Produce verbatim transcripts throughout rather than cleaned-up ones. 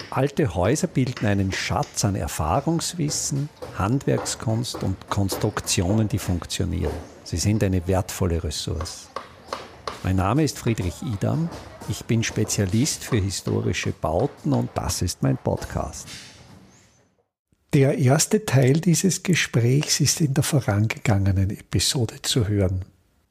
Alte Häuser bilden einen Schatz an Erfahrungswissen, Handwerkskunst und Konstruktionen, die funktionieren. Sie sind eine wertvolle Ressource. Mein Name ist Friedrich Idam. Ich bin Spezialist für historische Bauten und das ist mein Podcast. Der erste Teil dieses Gesprächs ist in der vorangegangenen Episode zu hören.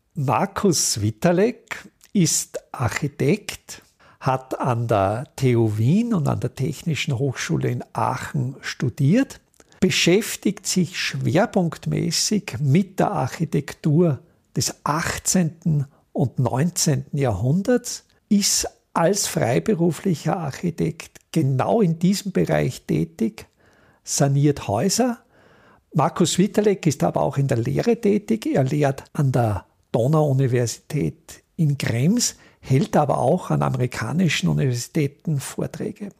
Markus Witalek ist Architekt, hat an der T U Wien und an der Technischen Hochschule in Aachen studiert, beschäftigt sich schwerpunktmäßig mit der Architektur des achtzehnten und neunzehnten Jahrhunderts, ist als freiberuflicher Architekt genau in diesem Bereich tätig, saniert Häuser. Markus Witalek ist aber auch in der Lehre tätig. Er lehrt an der Donau-Universität in Krems, hält aber auch an amerikanischen Universitäten Vorträge.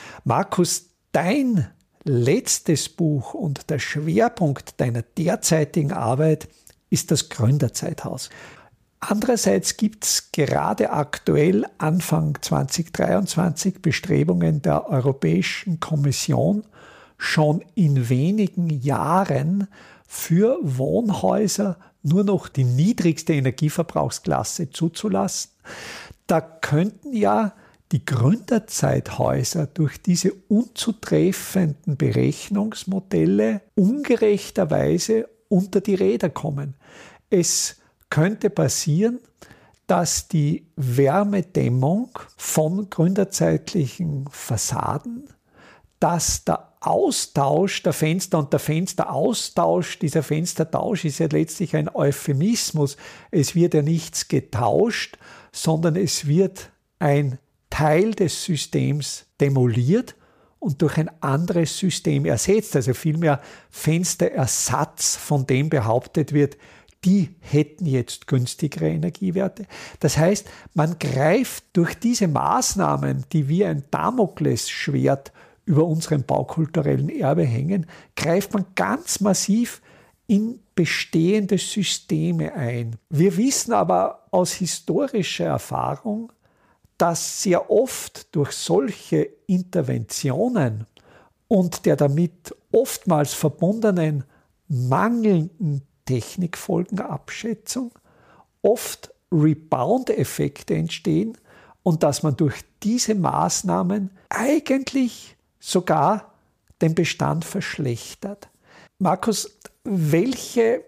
Markus, dein letztes Buch und der Schwerpunkt deiner derzeitigen Arbeit ist das Gründerzeithaus. Andererseits gibt es gerade aktuell Anfang zwanzig dreiundzwanzig Bestrebungen der Europäischen Kommission, schon in wenigen Jahren für Wohnhäuser nur noch die niedrigste Energieverbrauchsklasse zuzulassen. Da könnten ja die Gründerzeithäuser durch diese unzutreffenden Berechnungsmodelle ungerechterweise unter die Räder kommen. Es könnte passieren, dass die Wärmedämmung von gründerzeitlichen Fassaden, dass der Austausch der Fenster und der Fensteraustausch, dieser Fenstertausch ist ja letztlich ein Euphemismus. Es wird ja nichts getauscht, sondern es wird ein Teil des Systems demoliert und durch ein anderes System ersetzt. Also vielmehr Fensterersatz, von dem behauptet wird, die hätten jetzt günstigere Energiewerte. Das heißt, man greift durch diese Maßnahmen, die wie ein Damoklesschwert über unserem baukulturellen Erbe hängen, greift man ganz massiv in bestehende Systeme ein. Wir wissen aber aus historischer Erfahrung, dass sehr oft durch solche Interventionen und der damit oftmals verbundenen mangelnden Technikfolgenabschätzung oft Rebound-Effekte entstehen und dass man durch diese Maßnahmen eigentlich sogar den Bestand verschlechtert. Markus, welche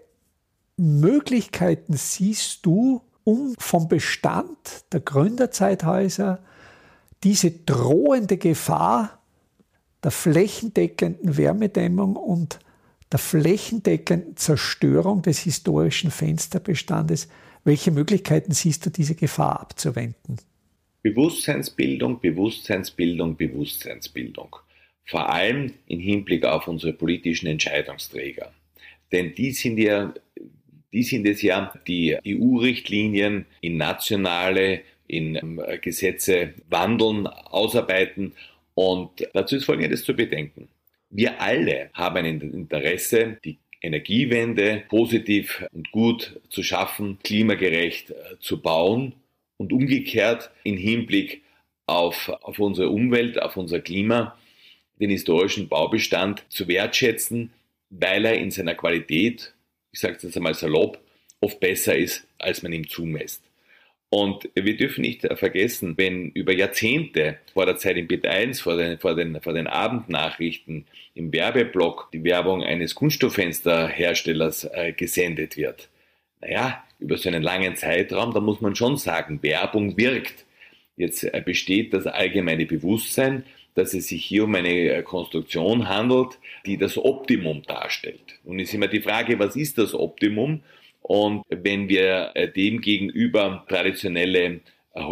Möglichkeiten siehst du, um vom Bestand der Gründerzeithäuser diese drohende Gefahr der flächendeckenden Wärmedämmung und der flächendeckenden Zerstörung des historischen Fensterbestandes, welche Möglichkeiten siehst du, diese Gefahr abzuwenden? Bewusstseinsbildung, Bewusstseinsbildung, Bewusstseinsbildung. Vor allem im Hinblick auf unsere politischen Entscheidungsträger. Denn die sind ja, die sind es ja, die E U-Richtlinien in nationale, in Gesetze wandeln, ausarbeiten. Und dazu ist Folgendes zu bedenken. Wir alle haben ein Interesse, die Energiewende positiv und gut zu schaffen, klimagerecht zu bauen. Und umgekehrt im Hinblick auf, auf unsere Umwelt, auf unser Klima, den historischen Baubestand zu wertschätzen, weil er in seiner Qualität, ich sage es jetzt einmal salopp, oft besser ist, als man ihm zumisst. Und wir dürfen nicht vergessen, wenn über Jahrzehnte vor der Zeit im Bit eins, vor den, vor den, vor den Abendnachrichten, im Werbeblock die Werbung eines Kunststofffensterherstellers äh, gesendet wird, naja, über so einen langen Zeitraum, da muss man schon sagen, Werbung wirkt. Jetzt besteht das allgemeine Bewusstsein, dass es sich hier um eine Konstruktion handelt, die das Optimum darstellt. Nun ist immer die Frage, was ist das Optimum? Und wenn wir dem gegenüber traditionelle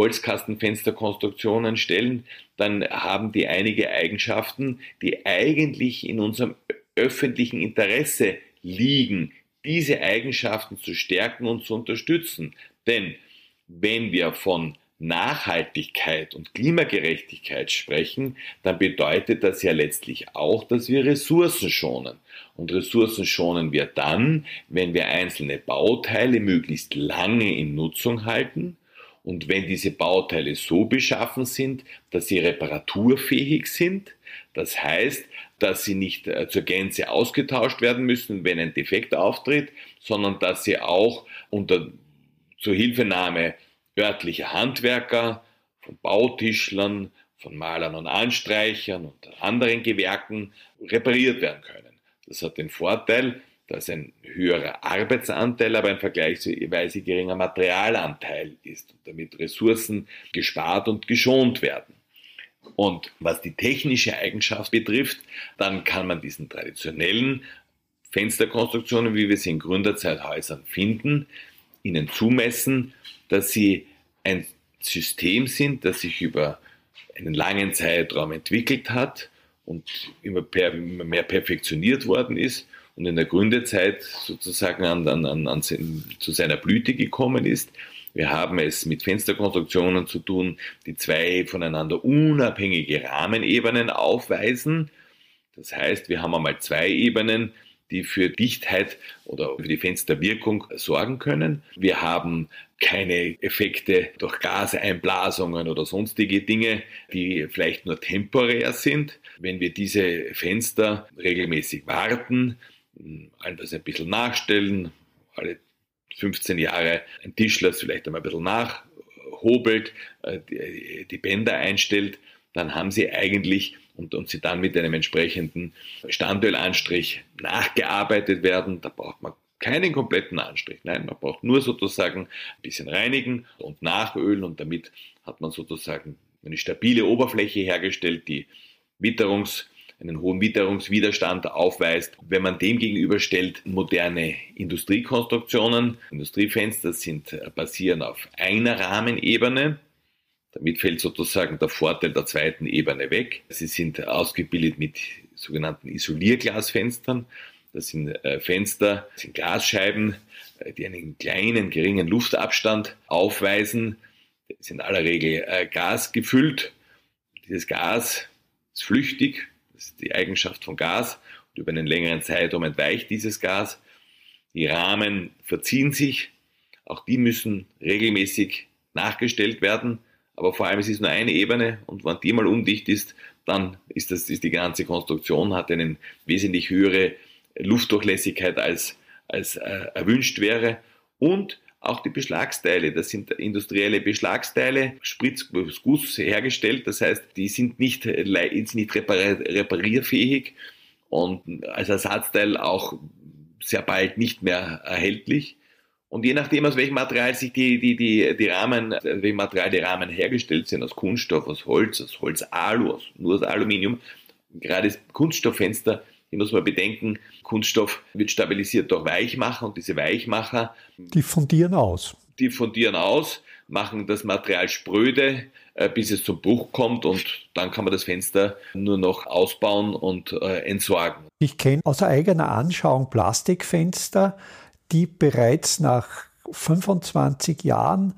Holzkastenfensterkonstruktionen stellen, dann haben die einige Eigenschaften, die eigentlich in unserem öffentlichen Interesse liegen, diese Eigenschaften zu stärken und zu unterstützen. Denn wenn wir von Nachhaltigkeit und Klimagerechtigkeit sprechen, dann bedeutet das ja letztlich auch, dass wir Ressourcen schonen. Und Ressourcen schonen wir dann, wenn wir einzelne Bauteile möglichst lange in Nutzung halten Und wenn diese Bauteile so beschaffen sind, dass sie reparaturfähig sind, das heißt, dass sie nicht zur Gänze ausgetauscht werden müssen, wenn ein Defekt auftritt, sondern dass sie auch unter Zuhilfenahme örtlicher Handwerker, von Bautischlern, von Malern und Anstreichern und anderen Gewerken repariert werden können. Das hat den Vorteil, dass ein höherer Arbeitsanteil, aber ein vergleichsweise geringer Materialanteil ist und damit Ressourcen gespart und geschont werden. Und was die technische Eigenschaft betrifft, dann kann man diesen traditionellen Fensterkonstruktionen, wie wir sie in Gründerzeithäusern finden, ihnen zumessen, dass sie ein System sind, das sich über einen langen Zeitraum entwickelt hat und immer, per, immer mehr perfektioniert worden ist und in der Gründezeit sozusagen an, an, an, an, zu seiner Blüte gekommen ist. Wir haben es mit Fensterkonstruktionen zu tun, die zwei voneinander unabhängige Rahmenebenen aufweisen. Das heißt, wir haben einmal zwei Ebenen, die für Dichtheit oder für die Fensterwirkung sorgen können. Wir haben keine Effekte durch Gaseinblasungen oder sonstige Dinge, die vielleicht nur temporär sind. Wenn wir diese Fenster regelmäßig warten, das ein bisschen nachstellen, alle fünfzehn Jahre ein Tischler vielleicht einmal ein bisschen nachhobelt, die Bänder einstellt, dann haben sie eigentlich und, und sie dann mit einem entsprechenden Standölanstrich nachgearbeitet werden. Da braucht man keinen kompletten Anstrich. Nein, man braucht nur sozusagen ein bisschen reinigen und nachölen und damit hat man sozusagen eine stabile Oberfläche hergestellt, die Witterungs- einen hohen Witterungswiderstand aufweist. Wenn man dem gegenüberstellt, moderne Industriekonstruktionen, Industriefenster sind basieren auf einer Rahmenebene. Damit fällt sozusagen der Vorteil der zweiten Ebene weg. Sie sind ausgebildet mit sogenannten Isolierglasfenstern. Das sind äh, Fenster, das sind Glasscheiben, äh, die einen kleinen, geringen Luftabstand aufweisen. Das ist in aller Regel äh, gasgefüllt. Dieses Gas ist flüchtig. Das ist die Eigenschaft von Gas und über einen längeren Zeitraum entweicht dieses Gas. Die Rahmen verziehen sich, auch die müssen regelmäßig nachgestellt werden, aber vor allem es ist nur eine Ebene und wenn die mal undicht ist, dann ist, das, ist die ganze Konstruktion, hat eine wesentlich höhere Luftdurchlässigkeit als, als äh, erwünscht wäre und auch die Beschlagsteile, das sind industrielle Beschlagsteile, Spritzguss hergestellt, das heißt, die sind nicht, sind nicht reparierfähig und als Ersatzteil auch sehr bald nicht mehr erhältlich. Und je nachdem, aus welchem Material sich die, die, die, die Rahmen, aus welchem Material die Rahmen hergestellt sind, aus Kunststoff, aus Holz, aus Holz-Alu, aus, nur aus Aluminium, gerade das Kunststofffenster, hier muss man bedenken, Kunststoff wird stabilisiert durch Weichmacher und diese Weichmacher, die fundieren aus. Die fundieren aus, machen das Material spröde, äh, bis es zum Bruch kommt und dann kann man das Fenster nur noch ausbauen und äh, entsorgen. Ich kenne aus eigener Anschauung Plastikfenster, die bereits nach fünfundzwanzig Jahren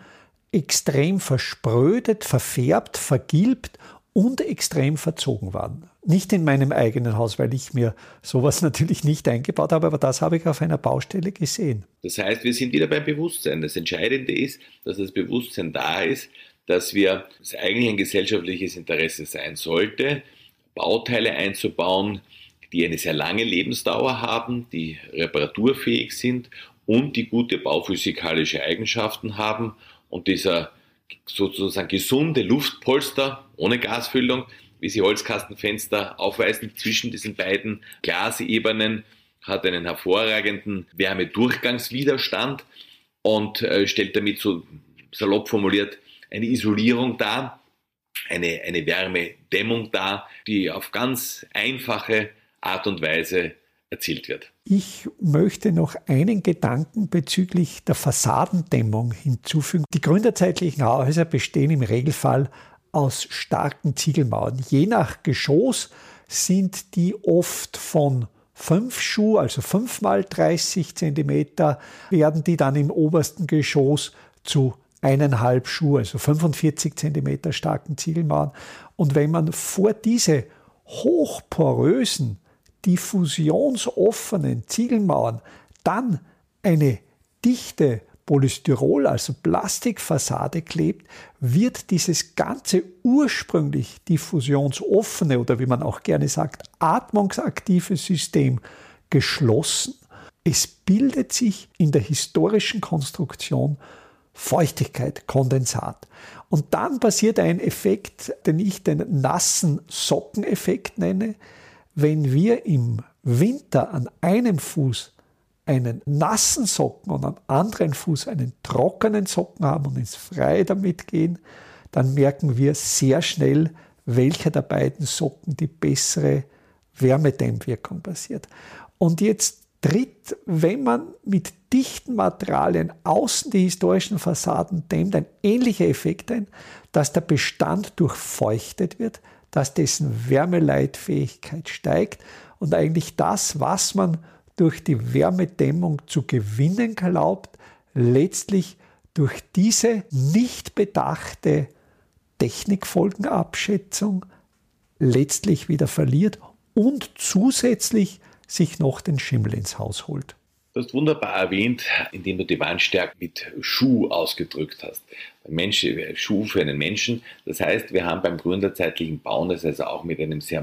extrem versprödet, verfärbt, vergilbt und extrem verzogen waren. Nicht in meinem eigenen Haus, weil ich mir sowas natürlich nicht eingebaut habe, aber das habe ich auf einer Baustelle gesehen. Das heißt, wir sind wieder beim Bewusstsein. Das Entscheidende ist, dass das Bewusstsein da ist, dass wir, es eigentlich ein gesellschaftliches Interesse sein sollte, Bauteile einzubauen, die eine sehr lange Lebensdauer haben, die reparaturfähig sind und die gute bauphysikalische Eigenschaften haben und dieser sozusagen gesunde Luftpolster ohne Gasfüllung, wie sie Holzkastenfenster aufweisen, zwischen diesen beiden Glasebenen, hat einen hervorragenden Wärmedurchgangswiderstand und äh, stellt damit, so salopp formuliert, eine Isolierung dar, eine, eine Wärmedämmung dar, die auf ganz einfache Art und Weise erzielt wird. Ich möchte noch einen Gedanken bezüglich der Fassadendämmung hinzufügen. Die gründerzeitlichen Häuser bestehen im Regelfall aus starken Ziegelmauern. Je nach Geschoss sind die oft von fünf Schuh, also fünf mal dreißig Zentimeter, werden die dann im obersten Geschoss zu eineinhalb Schuh, also fünfundvierzig Zentimeter starken Ziegelmauern. Und wenn man vor diese hochporösen, diffusionsoffenen Ziegelmauern dann eine dichte Polystyrol, also Plastikfassade klebt, wird dieses ganze ursprünglich diffusionsoffene oder wie man auch gerne sagt, atmungsaktive System geschlossen. Es bildet sich in der historischen Konstruktion Feuchtigkeit, Kondensat. Und dann passiert ein Effekt, den ich den nassen Sockeneffekt nenne. Wenn wir im Winter an einem Fuß einen nassen Socken und am anderen Fuß einen trockenen Socken haben und ins Freie damit gehen, dann merken wir sehr schnell, welcher der beiden Socken die bessere Wärmedämmwirkung passiert. Und jetzt tritt, wenn man mit dichten Materialien außen die historischen Fassaden dämmt, ein ähnlicher Effekt ein, dass der Bestand durchfeuchtet wird, dass dessen Wärmeleitfähigkeit steigt und eigentlich das, was man durch die Wärmedämmung zu gewinnen glaubt, letztlich durch diese nicht bedachte Technikfolgenabschätzung letztlich wieder verliert und zusätzlich sich noch den Schimmel ins Haus holt. Du hast wunderbar erwähnt, indem du die Wandstärke mit Schuh ausgedrückt hast. Mensch, Schuh für einen Menschen. Das heißt, wir haben beim gründerzeitlichen Bauen das also auch mit einem sehr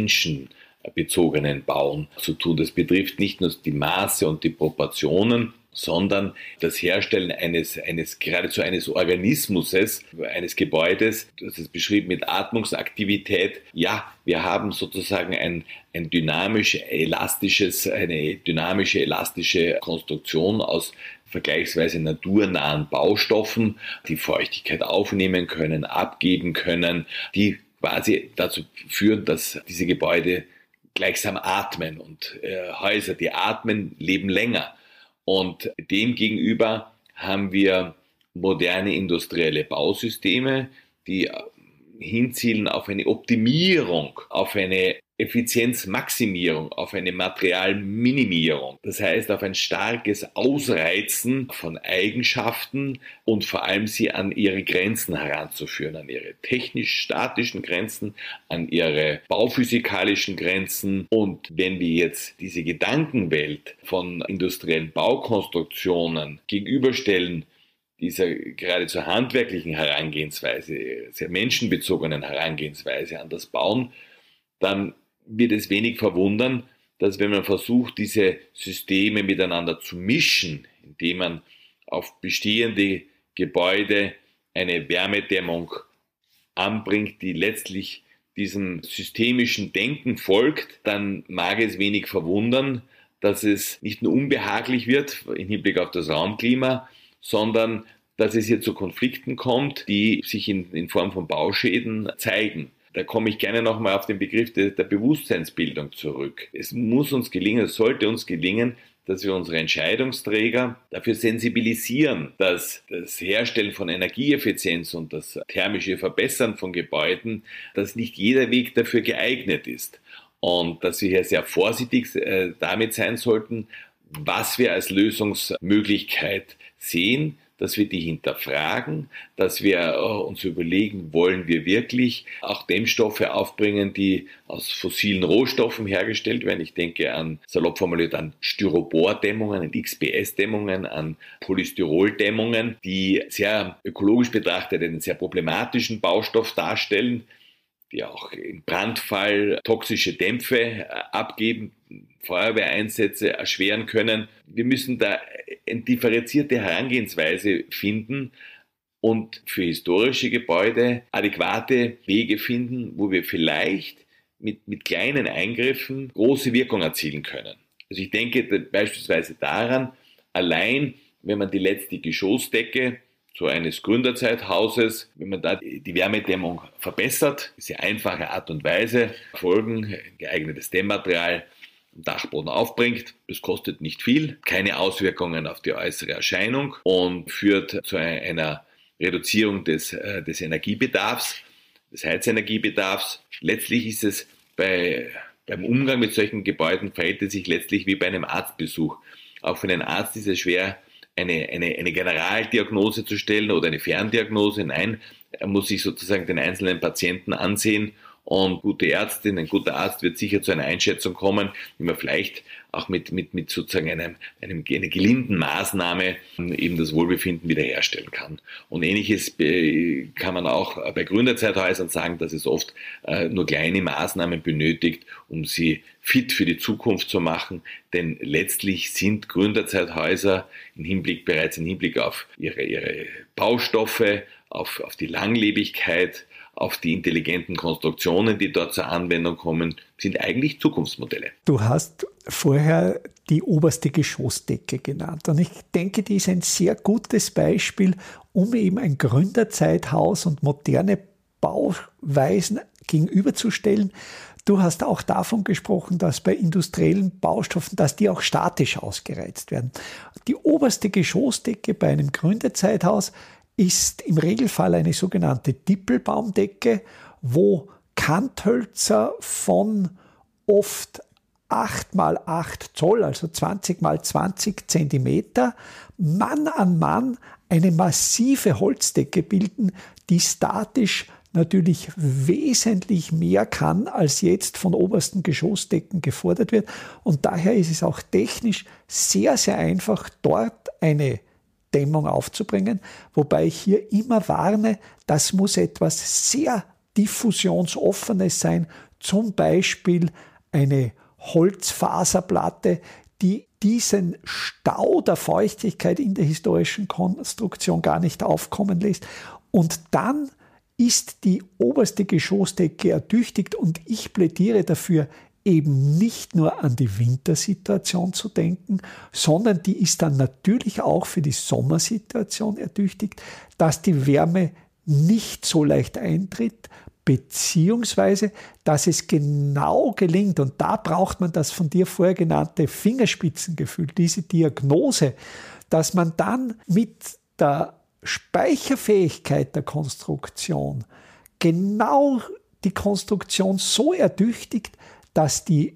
menschenbezogenen Bauen zu tun. Das betrifft nicht nur die Maße und die Proportionen, sondern das Herstellen eines, eines geradezu eines Organismuses, eines Gebäudes, das ist beschrieben mit Atmungsaktivität. Ja, wir haben sozusagen ein, ein dynamisch elastisches, eine dynamische elastische Konstruktion aus vergleichsweise naturnahen Baustoffen, die Feuchtigkeit aufnehmen können, abgeben können, die quasi dazu führen, dass diese Gebäude gleichsam atmen und äh, Häuser, die atmen, leben länger. Und demgegenüber haben wir moderne industrielle Bausysteme, die hinzielen auf eine Optimierung, auf eine Effizienzmaximierung, auf eine Materialminimierung. Das heißt, auf ein starkes Ausreizen von Eigenschaften und vor allem sie an ihre Grenzen heranzuführen, an ihre technisch-statischen Grenzen, an ihre bauphysikalischen Grenzen. Und wenn wir jetzt diese Gedankenwelt von industriellen Baukonstruktionen gegenüberstellen, dieser geradezu handwerklichen Herangehensweise, sehr menschenbezogenen Herangehensweise an das Bauen, dann wird es wenig verwundern, dass wenn man versucht, diese Systeme miteinander zu mischen, indem man auf bestehende Gebäude eine Wärmedämmung anbringt, die letztlich diesem systemischen Denken folgt, dann mag es wenig verwundern, dass es nicht nur unbehaglich wird im Hinblick auf das Raumklima, sondern dass es hier zu Konflikten kommt, die sich in, in Form von Bauschäden zeigen. Da komme ich gerne nochmal auf den Begriff de, der Bewusstseinsbildung zurück. Es muss uns gelingen, es sollte uns gelingen, dass wir unsere Entscheidungsträger dafür sensibilisieren, dass das Herstellen von Energieeffizienz und das thermische Verbessern von Gebäuden, dass nicht jeder Weg dafür geeignet ist. Und dass wir hier sehr vorsichtig äh, damit sein sollten, was wir als Lösungsmöglichkeit sehen, dass wir die hinterfragen, dass wir uns überlegen, wollen wir wirklich auch Dämmstoffe aufbringen, die aus fossilen Rohstoffen hergestellt werden. Ich denke an, salopp formuliert, an Styropor-Dämmungen, an X P S-Dämmungen, an Polystyrol-Dämmungen, die sehr ökologisch betrachtet einen sehr problematischen Baustoff darstellen, die auch im Brandfall toxische Dämpfe abgeben, Feuerwehreinsätze erschweren können. Wir müssen da eine differenzierte Herangehensweise finden und für historische Gebäude adäquate Wege finden, wo wir vielleicht mit, mit kleinen Eingriffen große Wirkung erzielen können. Also ich denke beispielsweise daran, allein wenn man die letzte Geschossdecke so eines Gründerzeithauses, wenn man da die Wärmedämmung verbessert, diese einfache Art und Weise folgen, geeignetes Dämmmaterial am Dachboden aufbringt. Das kostet nicht viel, keine Auswirkungen auf die äußere Erscheinung und führt zu einer Reduzierung des, des Energiebedarfs, des Heizenergiebedarfs. Letztlich ist es bei, beim Umgang mit solchen Gebäuden verhält es sich letztlich wie bei einem Arztbesuch. Auch für einen Arzt ist es schwer, Eine, eine, eine Generaldiagnose zu stellen oder eine Ferndiagnose. Nein, er muss sich sozusagen den einzelnen Patienten ansehen Und gute Ärztin, ein guter Arzt wird sicher zu einer Einschätzung kommen, wie man vielleicht auch mit, mit, mit sozusagen einem, einem, einer gelinden Maßnahme eben das Wohlbefinden wiederherstellen kann. Und Ähnliches kann man auch bei Gründerzeithäusern sagen, dass es oft äh, nur kleine Maßnahmen benötigt, um sie fit für die Zukunft zu machen. Denn letztlich sind Gründerzeithäuser im Hinblick, bereits im Hinblick auf ihre, ihre Baustoffe, auf, auf die Langlebigkeit, auf die intelligenten Konstruktionen, die dort zur Anwendung kommen, sind eigentlich Zukunftsmodelle. Du hast vorher die oberste Geschossdecke genannt. Und ich denke, die ist ein sehr gutes Beispiel, um eben ein Gründerzeithaus und moderne Bauweisen gegenüberzustellen. Du hast auch davon gesprochen, dass bei industriellen Baustoffen, dass die auch statisch ausgereizt werden. Die oberste Geschossdecke bei einem Gründerzeithaus ist im Regelfall eine sogenannte Dippelbaumdecke, wo Kanthölzer von oft acht mal acht Zoll, also zwanzig mal zwanzig Zentimeter, Mann an Mann eine massive Holzdecke bilden, die statisch natürlich wesentlich mehr kann, als jetzt von obersten Geschossdecken gefordert wird. Und daher ist es auch technisch sehr, sehr einfach, dort eine Dämmung aufzubringen, wobei ich hier immer warne, das muss etwas sehr diffusionsoffenes sein, zum Beispiel eine Holzfaserplatte, die diesen Stau der Feuchtigkeit in der historischen Konstruktion gar nicht aufkommen lässt. Und dann ist die oberste Geschossdecke ertüchtigt und ich plädiere dafür, eben nicht nur an die Wintersituation zu denken, sondern die ist dann natürlich auch für die Sommersituation ertüchtigt, dass die Wärme nicht so leicht eintritt, beziehungsweise, dass es genau gelingt, und da braucht man das von dir vorher genannte Fingerspitzengefühl, diese Diagnose, dass man dann mit der Speicherfähigkeit der Konstruktion genau die Konstruktion so ertüchtigt, dass die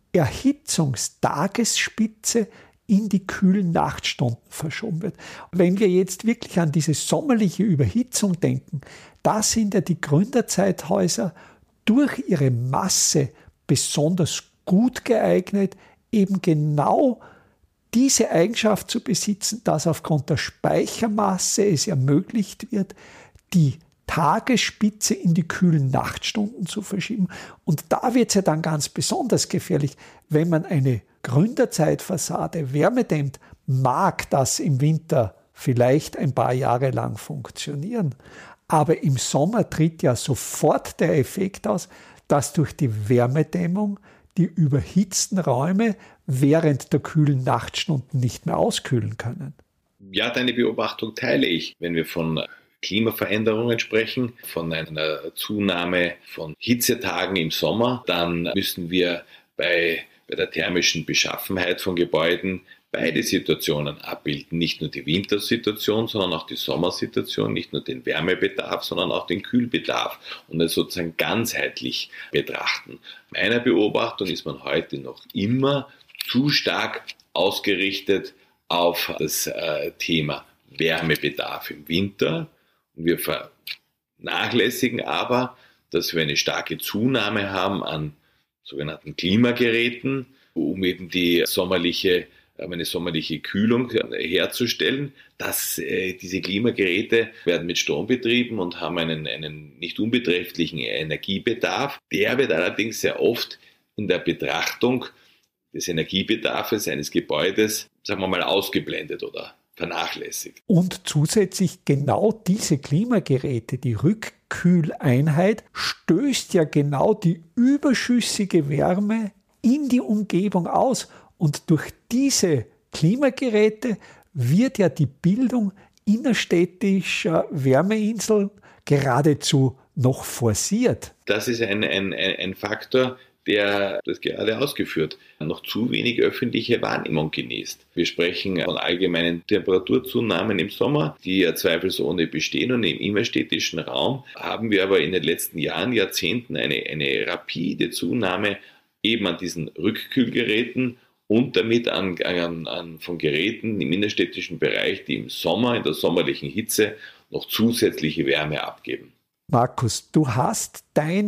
Erhitzungstagesspitze in die kühlen Nachtstunden verschoben wird. Wenn wir jetzt wirklich an diese sommerliche Überhitzung denken, da sind ja die Gründerzeithäuser durch ihre Masse besonders gut geeignet, eben genau diese Eigenschaft zu besitzen, dass aufgrund der Speichermasse es ermöglicht wird, die Tagesspitze in die kühlen Nachtstunden zu verschieben. Und da wird es ja dann ganz besonders gefährlich, wenn man eine Gründerzeitfassade wärmedämmt, mag das im Winter vielleicht ein paar Jahre lang funktionieren. Aber im Sommer tritt ja sofort der Effekt aus, dass durch die Wärmedämmung die überhitzten Räume während der kühlen Nachtstunden nicht mehr auskühlen können. Ja, deine Beobachtung teile ich. Wenn wir von Klimaveränderungen sprechen, von einer Zunahme von Hitzetagen im Sommer, dann müssen wir bei, bei der thermischen Beschaffenheit von Gebäuden beide Situationen abbilden. Nicht nur die Wintersituation, sondern auch die Sommersituation, nicht nur den Wärmebedarf, sondern auch den Kühlbedarf und das sozusagen ganzheitlich betrachten. Meiner Beobachtung ist man heute noch immer zu stark ausgerichtet auf das äh, Thema Wärmebedarf im Winter. Und wir vernachlässigen aber, dass wir eine starke Zunahme haben an sogenannten Klimageräten, um eben die sommerliche, eine sommerliche Kühlung herzustellen. Dass, äh, diese Klimageräte werden mit Strom betrieben und haben einen, einen nicht unbeträchtlichen Energiebedarf. Der wird allerdings sehr oft in der Betrachtung des Energiebedarfs eines Gebäudes, sagen wir mal, ausgeblendet oder vernachlässigt. Und zusätzlich genau diese Klimageräte, die Rückkühleinheit, stößt ja genau die überschüssige Wärme in die Umgebung aus. Und durch diese Klimageräte wird ja die Bildung innerstädtischer Wärmeinseln geradezu noch forciert. Das ist ein, ein, ein Faktor, der das gerade ausgeführt, noch zu wenig öffentliche Wahrnehmung genießt. Wir sprechen von allgemeinen Temperaturzunahmen im Sommer, die ja zweifelsohne bestehen, und im innerstädtischen Raum haben wir aber in den letzten Jahren, Jahrzehnten eine, eine rapide Zunahme eben an diesen Rückkühlgeräten und damit an, an, an von Geräten im innerstädtischen Bereich, die im Sommer, in der sommerlichen Hitze, noch zusätzliche Wärme abgeben. Markus, du hast dein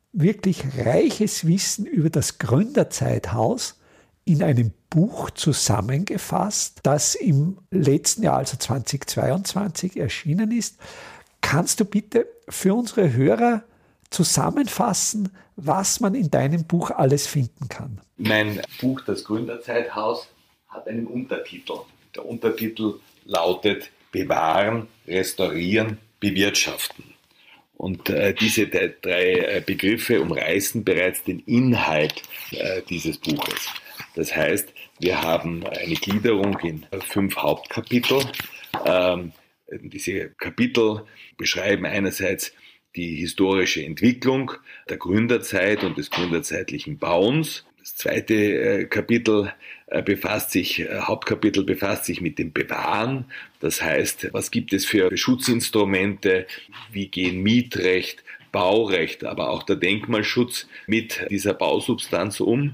wirklich reiches Wissen über das Gründerzeithaus in einem Buch zusammengefasst, das im letzten Jahr, also zweitausendzweiundzwanzig, erschienen ist. Kannst du bitte für unsere Hörer zusammenfassen, was man in deinem Buch alles finden kann? Mein Buch Das Gründerzeithaus hat einen Untertitel. Der Untertitel lautet Bewahren, Restaurieren, Bewirtschaften. Und äh, diese drei äh, Begriffe umreißen bereits den Inhalt äh, dieses Buches. Das heißt, wir haben eine Gliederung in fünf Hauptkapitel. Ähm, diese Kapitel beschreiben einerseits die historische Entwicklung der Gründerzeit und des gründerzeitlichen Bauens. Das zweite äh, Kapitel äh, befasst sich, äh, Hauptkapitel befasst sich mit dem Bewahren. Das heißt, was gibt es für Schutzinstrumente? Wie gehen Mietrecht, Baurecht, aber auch der Denkmalschutz mit dieser Bausubstanz um?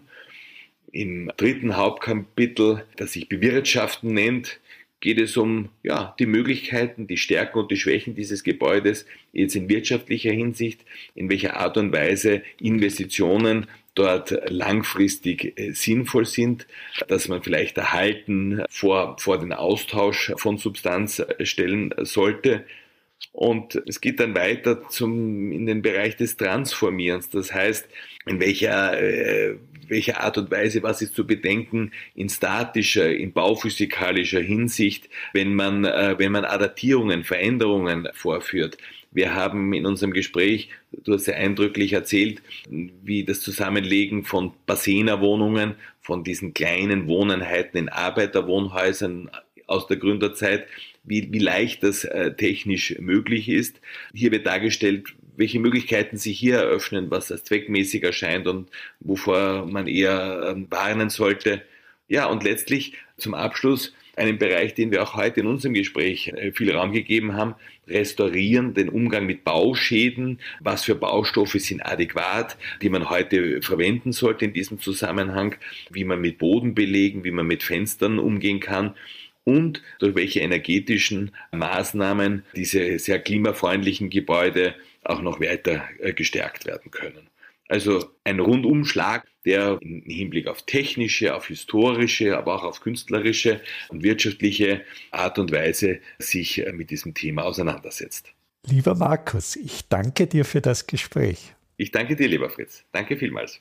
Im dritten Hauptkapitel, das sich Bewirtschaften nennt, geht es um ja, die Möglichkeiten, die Stärken und die Schwächen dieses Gebäudes jetzt in wirtschaftlicher Hinsicht, in welcher Art und Weise Investitionen dort langfristig äh, sinnvoll sind, dass man vielleicht Erhalten vor, vor den Austausch von Substanz stellen sollte. Und es geht dann weiter zum, in den Bereich des Transformierens. Das heißt, in welcher, äh, welcher Art und Weise, was ist zu bedenken in statischer, in bauphysikalischer Hinsicht, wenn man, äh, wenn man Adaptierungen, Veränderungen vorführt. Wir haben in unserem Gespräch, du hast sehr eindrücklich erzählt, wie das Zusammenlegen von Bassenerwohnungen, von diesen kleinen Wohneinheiten in Arbeiterwohnhäusern aus der Gründerzeit, wie, wie leicht das äh, technisch möglich ist. Hier wird dargestellt, welche Möglichkeiten sich hier eröffnen, was als zweckmäßig erscheint und wovor man eher äh, warnen sollte. Ja, und letztlich zum Abschluss einen Bereich, den wir auch heute in unserem Gespräch äh, viel Raum gegeben haben, restaurieren, den Umgang mit Bauschäden, was für Baustoffe sind adäquat, die man heute verwenden sollte in diesem Zusammenhang, wie man mit Boden belegen, wie man mit Fenstern umgehen kann und durch welche energetischen Maßnahmen diese sehr klimafreundlichen Gebäude auch noch weiter gestärkt werden können. Also ein Rundumschlag, der im Hinblick auf technische, auf historische, aber auch auf künstlerische und wirtschaftliche Art und Weise sich mit diesem Thema auseinandersetzt. Lieber Markus, ich danke dir für das Gespräch. Ich danke dir, lieber Fritz. Danke vielmals.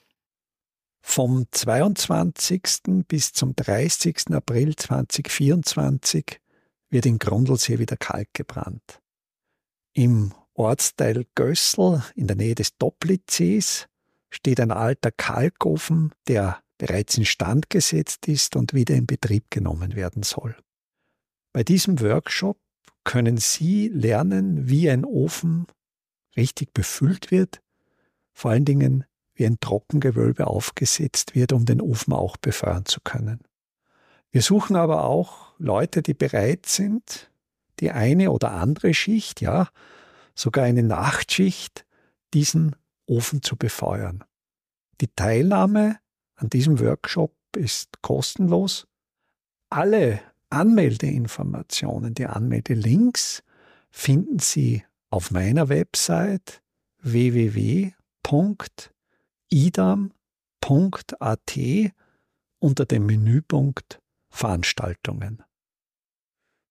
Vom zweiundzwanzigsten bis zum dreißigsten April zweitausendvierundzwanzig wird in Grundlsee wieder Kalk gebrannt. Im Ortsteil Gößl in der Nähe des Toplitzsees steht ein alter Kalkofen, der bereits instand gesetzt ist und wieder in Betrieb genommen werden soll. Bei diesem Workshop können Sie lernen, wie ein Ofen richtig befüllt wird, vor allen Dingen wie ein Trockengewölbe aufgesetzt wird, um den Ofen auch befeuern zu können. Wir suchen aber auch Leute, die bereit sind, die eine oder andere Schicht, ja, sogar eine Nachtschicht, diesen Ofen zu befeuern. Die Teilnahme an diesem Workshop ist kostenlos. Alle Anmeldeinformationen, die Anmeldelinks finden Sie auf meiner Website w w w punkt idam punkt a t unter dem Menüpunkt Veranstaltungen.